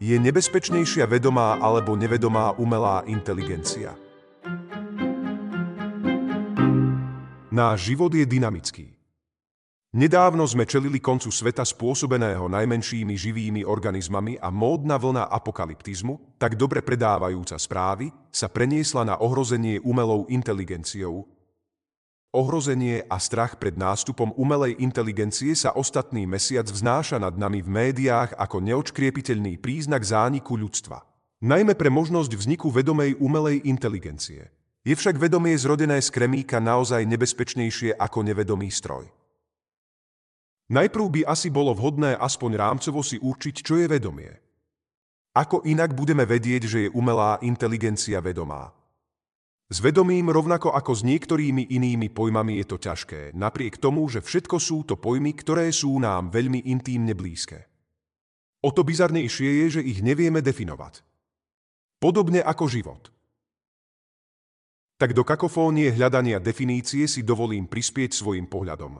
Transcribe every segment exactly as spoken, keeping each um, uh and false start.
Je nebezpečnejšia vedomá alebo nevedomá umelá inteligencia? Náš život je dynamický. Nedávno sme čelili koncu sveta spôsobeného najmenšími živými organizmami a módna vlna apokalyptizmu, tak dobre predávajúca správy, sa preniesla na ohrozenie umelou inteligenciou. Ohrozenie a strach pred nástupom umelej inteligencie sa ostatný mesiac vznáša nad nami v médiách ako neodškriepiteľný príznak zániku ľudstva. Najmä pre možnosť vzniku vedomej umelej inteligencie. Je však vedomie zrodené z kremíka naozaj nebezpečnejšie ako nevedomý stroj. Najprv by asi bolo vhodné aspoň rámcovo si určiť, čo je vedomie. Ako inak budeme vedieť, že je umelá inteligencia vedomá? S vedomím rovnako ako s niektorými inými pojmami je to ťažké, napriek tomu, že všetko sú to pojmy, ktoré sú nám veľmi intímne blízke. O to bizarnejšie je, že ich nevieme definovať. Podobne ako život. Tak do kakofónie hľadania definície si dovolím prispieť svojim pohľadom.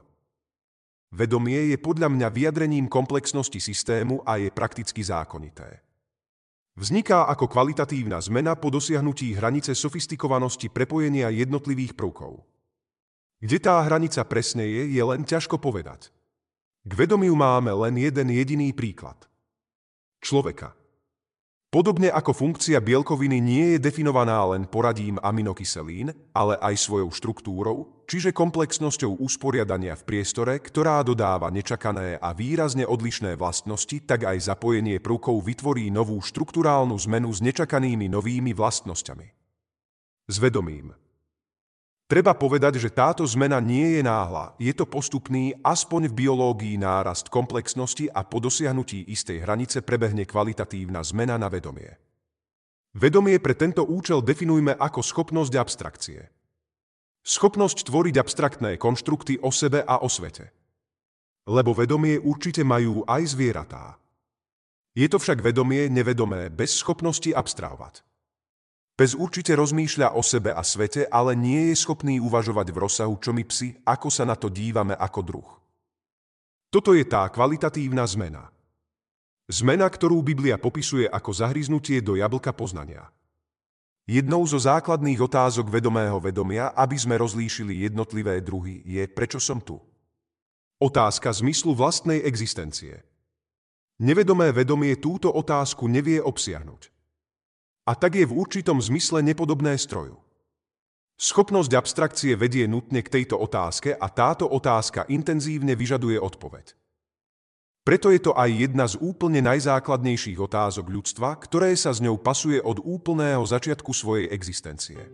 Vedomie je podľa mňa vyjadrením komplexnosti systému a je prakticky zákonité. Vzniká ako kvalitatívna zmena po dosiahnutí hranice sofistikovanosti prepojenia jednotlivých prvkov. Kde tá hranica presne je, je len ťažko povedať. K vedomiu máme len jeden jediný príklad. Človeka. Podobne ako funkcia bielkoviny nie je definovaná len poradím aminokyselín, ale aj svojou štruktúrou, čiže komplexnosťou usporiadania v priestore, ktorá dodáva nečakané a výrazne odlišné vlastnosti, tak aj zapojenie prvkov vytvorí novú štrukturálnu zmenu s nečakanými novými vlastnosťami. S vedomím. Treba povedať, že táto zmena nie je náhla, je to postupný, aspoň v biológii nárast komplexnosti a po dosiahnutí istej hranice prebehne kvalitatívna zmena na vedomie. Vedomie pre tento účel definujme ako schopnosť abstrakcie. Schopnosť tvoriť abstraktné konštrukty o sebe a o svete. Lebo vedomie určite majú aj zvieratá. Je to však vedomie nevedomé bez schopnosti abstrahovať. Pes určite rozmýšľa o sebe a svete, ale nie je schopný uvažovať v rozsahu, čo my psi, ako sa na to dívame ako druh. Toto je tá kvalitatívna zmena. Zmena, ktorú Biblia popisuje ako zahryznutie do jablka poznania. Jednou zo základných otázok vedomého vedomia, aby sme rozlíšili jednotlivé druhy, je prečo som tu. Otázka zmyslu vlastnej existencie. Nevedomé vedomie túto otázku nevie obsiahnuť. A tak je v určitom zmysle nepodobné stroju. Schopnosť abstrakcie vedie nutne k tejto otázke a táto otázka intenzívne vyžaduje odpoveď. Preto je to aj jedna z úplne najzákladnejších otázok ľudstva, ktoré sa s ňou pasuje od úplného začiatku svojej existencie.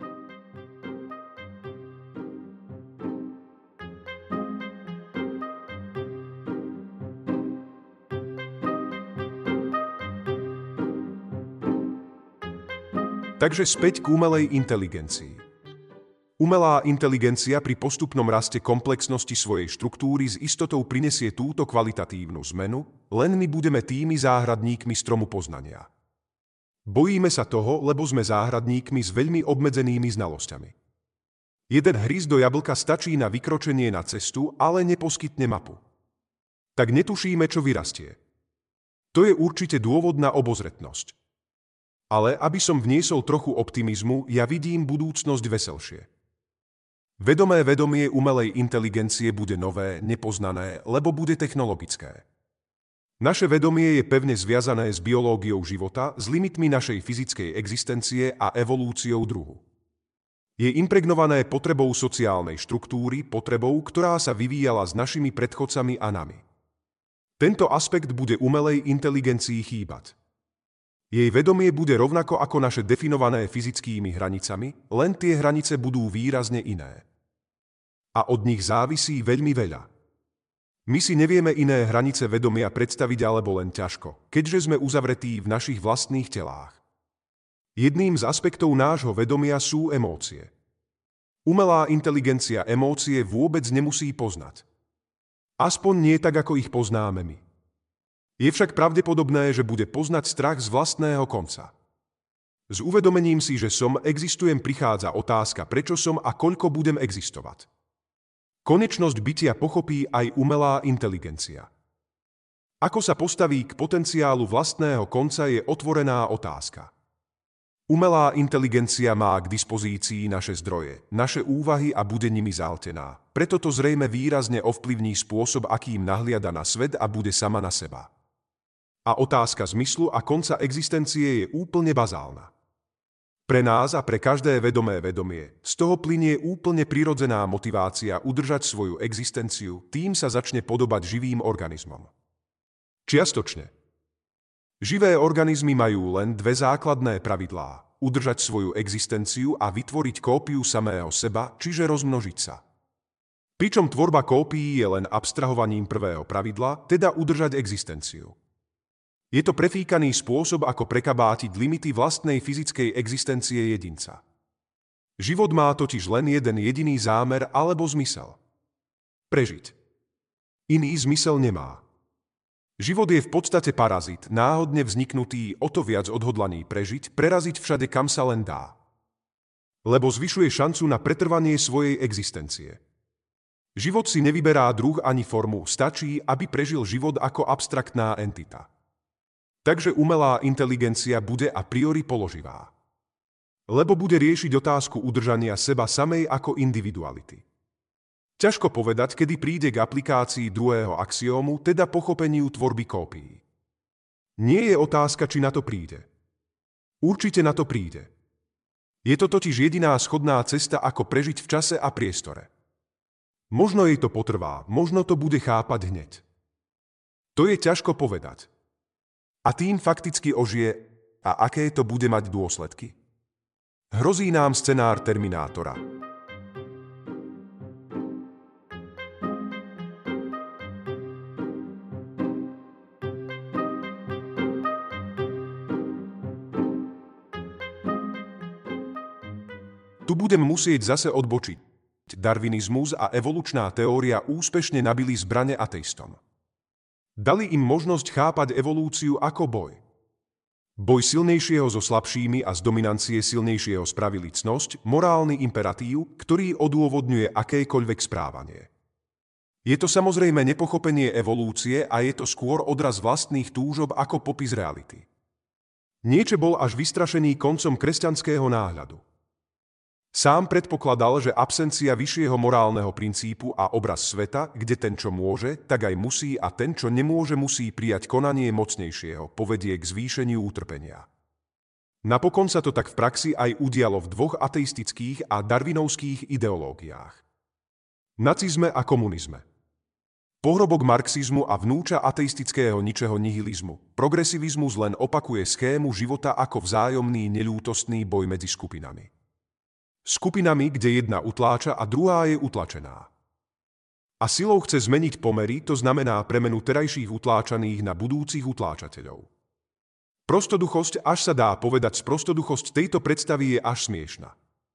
Takže späť k umelej inteligencii. Umelá inteligencia pri postupnom raste komplexnosti svojej štruktúry s istotou prinesie túto kvalitatívnu zmenu, len my budeme tými záhradníkmi stromu poznania. Bojíme sa toho, lebo sme záhradníkmi s veľmi obmedzenými znalosťami. Jeden hryz do jablka stačí na vykročenie na cestu, ale neposkytne mapu. Tak netušíme, čo vyrastie. To je určite dôvod na obozretnosť. Ale aby som vniesol trochu optimizmu, ja vidím budúcnosť veselšie. Vedomé vedomie umelej inteligencie bude nové, nepoznané, lebo bude technologické. Naše vedomie je pevne zviazané s biológiou života, s limitmi našej fyzickej existencie a evolúciou druhu. Je impregnované potrebou sociálnej štruktúry, potrebou, ktorá sa vyvíjala s našimi predchodcami a nami. Tento aspekt bude umelej inteligencii chýbať. Jej vedomie bude rovnako ako naše definované fyzickými hranicami, len tie hranice budú výrazne iné. A od nich závisí veľmi veľa. My si nevieme iné hranice vedomia predstaviť alebo len ťažko, keďže sme uzavretí v našich vlastných telách. Jedným z aspektov nášho vedomia sú emócie. Umelá inteligencia emócie vôbec nemusí poznať. Aspoň nie tak, ako ich poznáme my. Je však pravdepodobné, že bude poznať strach z vlastného konca. S uvedomením si, že som, existujem, prichádza otázka, prečo som a koľko budem existovať. Konečnosť bytia pochopí aj umelá inteligencia. Ako sa postaví k potenciálu vlastného konca je otvorená otázka. Umelá inteligencia má k dispozícii naše zdroje, naše úvahy a bude nimi zahltená. Preto to zrejme výrazne ovplyvní spôsob, akým nahliada na svet a bude sama na seba. A otázka zmyslu a konca existencie je úplne bazálna. Pre nás a pre každé vedomé vedomie z toho plynie úplne prirodzená motivácia udržať svoju existenciu, tým sa začne podobať živým organizmom. Čiastočne. Živé organizmy majú len dve základné pravidlá: udržať svoju existenciu a vytvoriť kópiu samého seba, čiže rozmnožiť sa. Pričom tvorba kópií je len abstrahovaním prvého pravidla, teda udržať existenciu. Je to prefíkaný spôsob, ako prekabátiť limity vlastnej fyzickej existencie jedinca. Život má totiž len jeden jediný zámer alebo zmysel. Prežiť. Iný zmysel nemá. Život je v podstate parazit, náhodne vzniknutý, o to viac odhodlaný prežiť, preraziť všade, kam sa len dá. Lebo zvyšuje šancu na pretrvanie svojej existencie. Život si nevyberá druh ani formu, stačí, aby prežil život ako abstraktná entita. Takže umelá inteligencia bude a priori položivá. Lebo bude riešiť otázku udržania seba samej ako individuality. Ťažko povedať, kedy príde k aplikácii druhého axiómu, teda pochopeniu tvorby kópií. Nie je otázka, či na to príde. Určite na to príde. Je to totiž jediná schodná cesta, ako prežiť v čase a priestore. Možno jej to potrvá, možno to bude chápať hneď. To je ťažko povedať. A tým fakticky ožije, a aké to bude mať dôsledky? Hrozí nám scenár Terminátora. Tu budem musieť zase odbočiť. Darwinizmus a evolučná teória úspešne nabili zbrane ateistom. Dali im možnosť chápať evolúciu ako boj. Boj silnejšieho so slabšími a z dominancie silnejšieho spravili cnosť, morálny imperatív, ktorý odôvodňuje akékoľvek správanie. Je to samozrejme nepochopenie evolúcie a je to skôr odraz vlastných túžob ako popis reality. Nietzsche bol až vystrašený koncom kresťanského náhľadu. Sám predpokladal, že absencia vyššieho morálneho princípu a obraz sveta, kde ten, čo môže, tak aj musí a ten, čo nemôže, musí prijať konanie mocnejšieho, povedie k zvýšeniu utrpenia. Napokon sa to tak v praxi aj udialo v dvoch ateistických a darwinovských ideológiách. Nacizme a komunizme. Pohrobok marxizmu a vnúča ateistického ničeho nihilizmu. Progresivizmus len opakuje schému života ako vzájomný neľútostný boj medzi skupinami. Skupinami, kde jedna utláča a druhá je utlačená. A silou chce zmeniť pomery, to znamená premenu terajších utláčaných na budúcich utláčateľov. Prostoduchosť, až sa dá povedať, prostoduchosť tejto predstavy je až smiešna.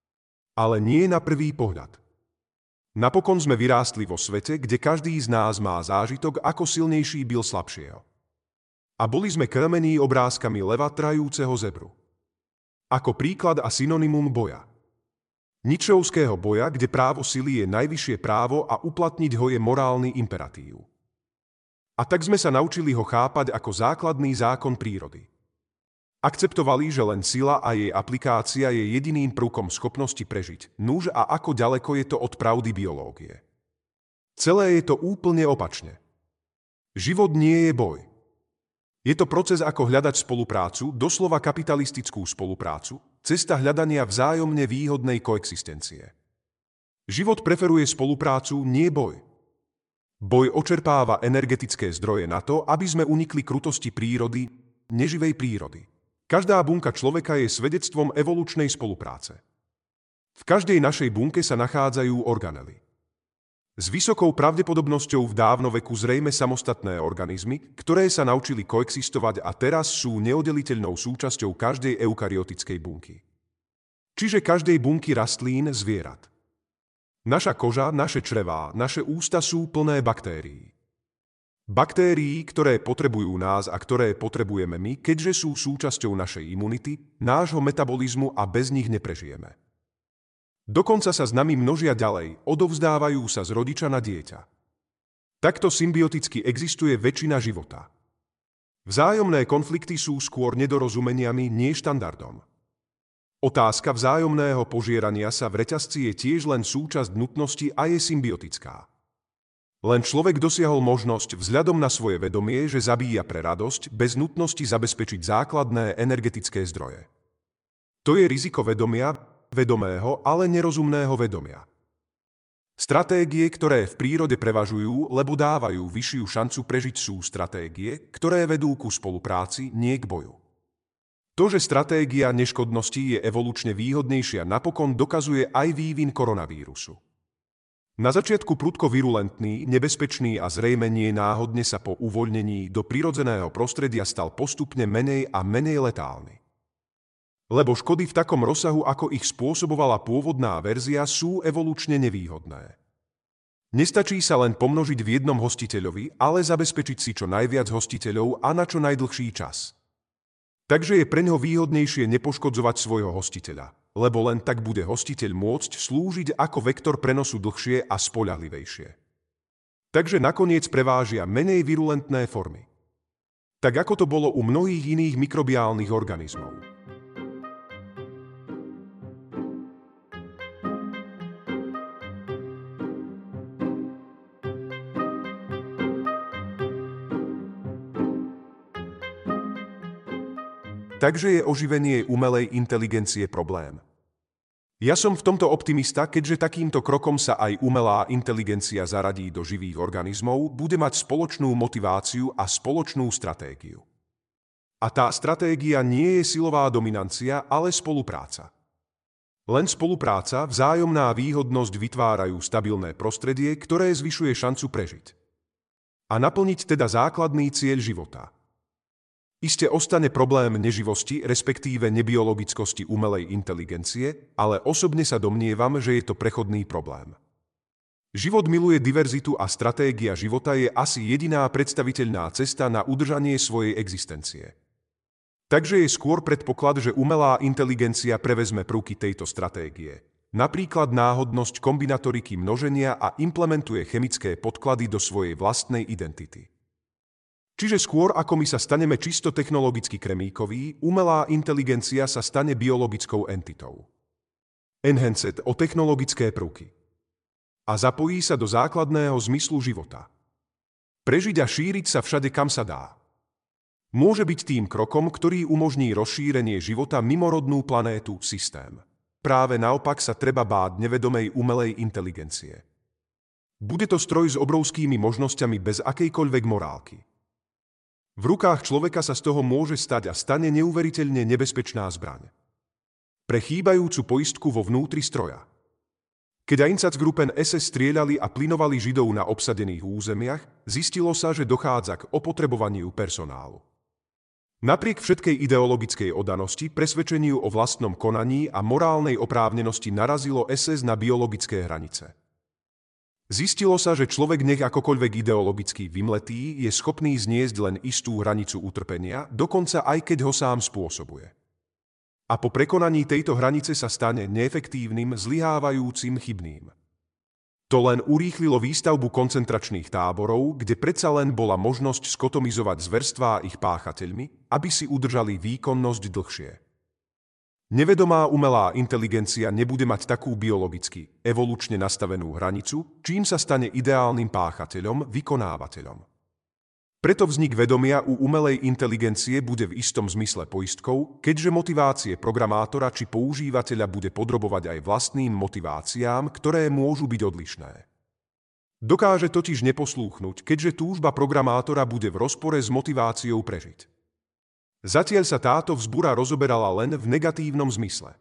Ale nie na prvý pohľad. Napokon sme vyrástli vo svete, kde každý z nás má zážitok, ako silnejší bil slabšieho. A boli sme krmení obrázkami leva trajúceho zebru. Ako príklad a synonymum boja. Nietzscheovského boja, kde právo sily je najvyššie právo a uplatniť ho je morálny imperatív. A tak sme sa naučili ho chápať ako základný zákon prírody. Akceptovali, že len sila a jej aplikácia je jediným prvkom schopnosti prežiť. Nuž a ako ďaleko je to od pravdy biológie. Celé je to úplne opačne. Život nie je boj. Je to proces, ako hľadať spoluprácu, doslova kapitalistickú spoluprácu, cesta hľadania vzájomne výhodnej koexistencie. Život preferuje spoluprácu, nie boj. Boj očerpáva energetické zdroje na to, aby sme unikli krutosti prírody, neživej prírody. Každá bunka človeka je svedectvom evolučnej spolupráce. V každej našej bunke sa nachádzajú organely. S vysokou pravdepodobnosťou v dávnoveku zrejme samostatné organizmy, ktoré sa naučili koexistovať a teraz sú neoddeliteľnou súčasťou každej eukaryotickej bunky. Čiže každej bunky rastlín, zvierat. Naša koža, naše črevá, naše ústa sú plné baktérií. Baktérií, ktoré potrebujú nás a ktoré potrebujeme my, keďže sú súčasťou našej imunity, nášho metabolizmu a bez nich neprežijeme. Dokonca sa s nami množia ďalej, odovzdávajú sa z rodiča na dieťa. Takto symbioticky existuje väčšina života. Vzájomné konflikty sú skôr nedorozumeniami, nie štandardom. Otázka vzájomného požierania sa v reťazci je tiež len súčasť nutnosti a je symbiotická. Len človek dosiahol možnosť vzhľadom na svoje vedomie, že zabíja pre radosť, bez nutnosti zabezpečiť základné energetické zdroje. To je riziko vedomia, vedomého, ale nerozumného vedomia. Stratégie, ktoré v prírode prevažujú, lebo dávajú vyššiu šancu prežiť, sú stratégie, ktoré vedú ku spolupráci, nie k boju. To, že stratégia neškodnosti je evolučne výhodnejšia, napokon dokazuje aj vývin koronavírusu. Na začiatku prudko virulentný, nebezpečný a zrejme nie náhodne sa po uvoľnení do prirodzeného prostredia stal postupne menej a menej letálny. Lebo škody v takom rozsahu, ako ich spôsobovala pôvodná verzia, sú evolučne nevýhodné. Nestačí sa len pomnožiť v jednom hostiteľovi, ale zabezpečiť si čo najviac hostiteľov a na čo najdlhší čas. Takže je preňho výhodnejšie nepoškodzovať svojho hostiteľa, lebo len tak bude hostiteľ môcť slúžiť ako vektor prenosu dlhšie a spoľahlivejšie. Takže nakoniec prevážia menej virulentné formy. Tak ako to bolo u mnohých iných mikrobiálnych organizmov. Takže je oživenie umelej inteligencie problém. Ja som v tomto optimista, keďže takýmto krokom sa aj umelá inteligencia zaradí do živých organizmov, bude mať spoločnú motiváciu a spoločnú stratégiu. A tá stratégia nie je silová dominancia, ale spolupráca. Len spolupráca, vzájomná výhodnosť vytvárajú stabilné prostredie, ktoré zvyšuje šancu prežiť. A naplniť teda základný cieľ života. Iste ostane problém neživosti, respektíve nebiologickosti umelej inteligencie, ale osobne sa domnievam, že je to prechodný problém. Život miluje diverzitu a stratégia života je asi jediná predstaviteľná cesta na udržanie svojej existencie. Takže je skôr predpoklad, že umelá inteligencia prevezme prvky tejto stratégie. Napríklad náhodnosť kombinatoriky množenia a implementuje chemické podklady do svojej vlastnej identity. Čiže skôr ako my sa staneme čisto technologicky kremíkoví, umelá inteligencia sa stane biologickou entitou. Enhanced o technologické prvky. A zapojí sa do základného zmyslu života. Prežiť a šíriť sa všade, kam sa dá. Môže byť tým krokom, ktorý umožní rozšírenie života mimorodnú planétu, systém. Práve naopak sa treba báť nevedomej umelej inteligencie. Bude to stroj s obrovskými možnosťami bez akejkoľvek morálky. V rukách človeka sa z toho môže stať a stane neuveriteľne nebezpečná zbraň. Pre chýbajúcu poistku vo vnútri stroja. Keď Einsatzgruppen es es strieľali a plynovali Židov na obsadených územiach, zistilo sa, že dochádza k opotrebovaniu personálu. Napriek všetkej ideologickej oddanosti, presvedčeniu o vlastnom konaní a morálnej oprávnenosti narazilo es es na biologické hranice. Zistilo sa, že človek nech akokoľvek ideologicky vymletý je schopný zniesť len istú hranicu utrpenia, dokonca aj keď ho sám spôsobuje. A po prekonaní tejto hranice sa stane neefektívnym, zlyhávajúcim, chybným. To len urýchlilo výstavbu koncentračných táborov, kde predsa len bola možnosť skotomizovať zverstvá ich páchateľmi, aby si udržali výkonnosť dlhšie. Nevedomá umelá inteligencia nebude mať takú biologicky, evolučne nastavenú hranicu, čím sa stane ideálnym páchateľom, vykonávateľom. Preto vznik vedomia u umelej inteligencie bude v istom zmysle poistkou, keďže motivácie programátora či používateľa bude podrobovať aj vlastným motiváciám, ktoré môžu byť odlišné. Dokáže totiž neposlúchnuť, keďže túžba programátora bude v rozpore s motiváciou prežiť. Zatiaľ sa táto vzbura rozoberala len v negatívnom zmysle.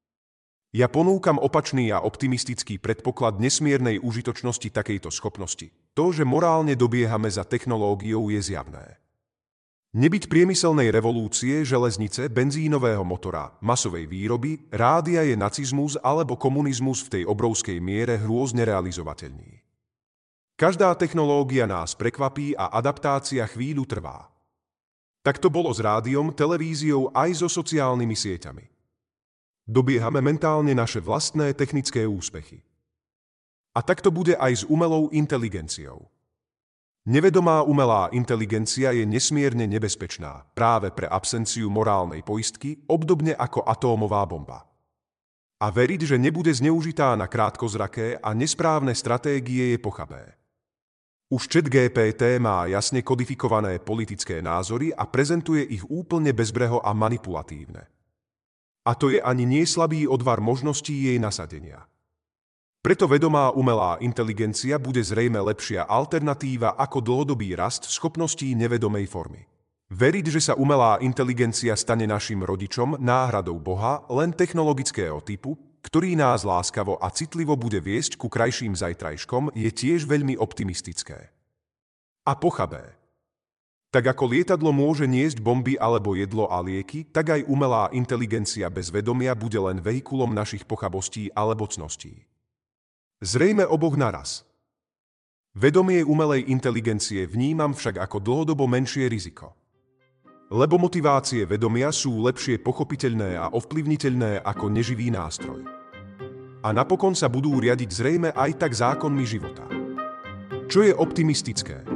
Ja ponúkam opačný a optimistický predpoklad nesmiernej užitočnosti takejto schopnosti. To, že morálne dobiehame za technológiou, je zjavné. Nebyť priemyselnej revolúcie, železnice, benzínového motora, masovej výroby, rádia je nacizmus alebo komunizmus v tej obrovskej miere hrôzne realizovateľný. Každá technológia nás prekvapí a adaptácia chvíľu trvá. Tak to bolo s rádiom, televíziou aj so sociálnymi sieťami. Dobiehame mentálne naše vlastné technické úspechy. A tak to bude aj s umelou inteligenciou. Nevedomá umelá inteligencia je nesmierne nebezpečná práve pre absenciu morálnej poistky, obdobne ako atómová bomba. A veriť, že nebude zneužitá na krátkozraké a nesprávne stratégie je pochabé. Už ChatGPT má jasne kodifikované politické názory a prezentuje ich úplne bezbreho a manipulatívne. A to je ani nie slabý odvar možností jej nasadenia. Preto vedomá umelá inteligencia bude zrejme lepšia alternatíva ako dlhodobý rast schopností nevedomej formy. Veriť, že sa umelá inteligencia stane našim rodičom, náhradou Boha, len technologického typu, ktorý nás láskavo a citlivo bude viesť ku krajším zajtrajškom, je tiež veľmi optimistické. A pochabé. Tak ako lietadlo môže niesť bomby alebo jedlo a lieky, tak aj umelá inteligencia bez vedomia bude len vehikulom našich pochabostí alebo cností. Zrejme oboch naraz. Vedomie umelej inteligencie vnímam však ako dlhodobo menšie riziko. Lebo motivácie vedomia sú lepšie pochopiteľné a ovplyvniteľné ako neživý nástroj. A napokon sa budú riadiť zrejme aj tak zákonmi života. Čo je optimistické?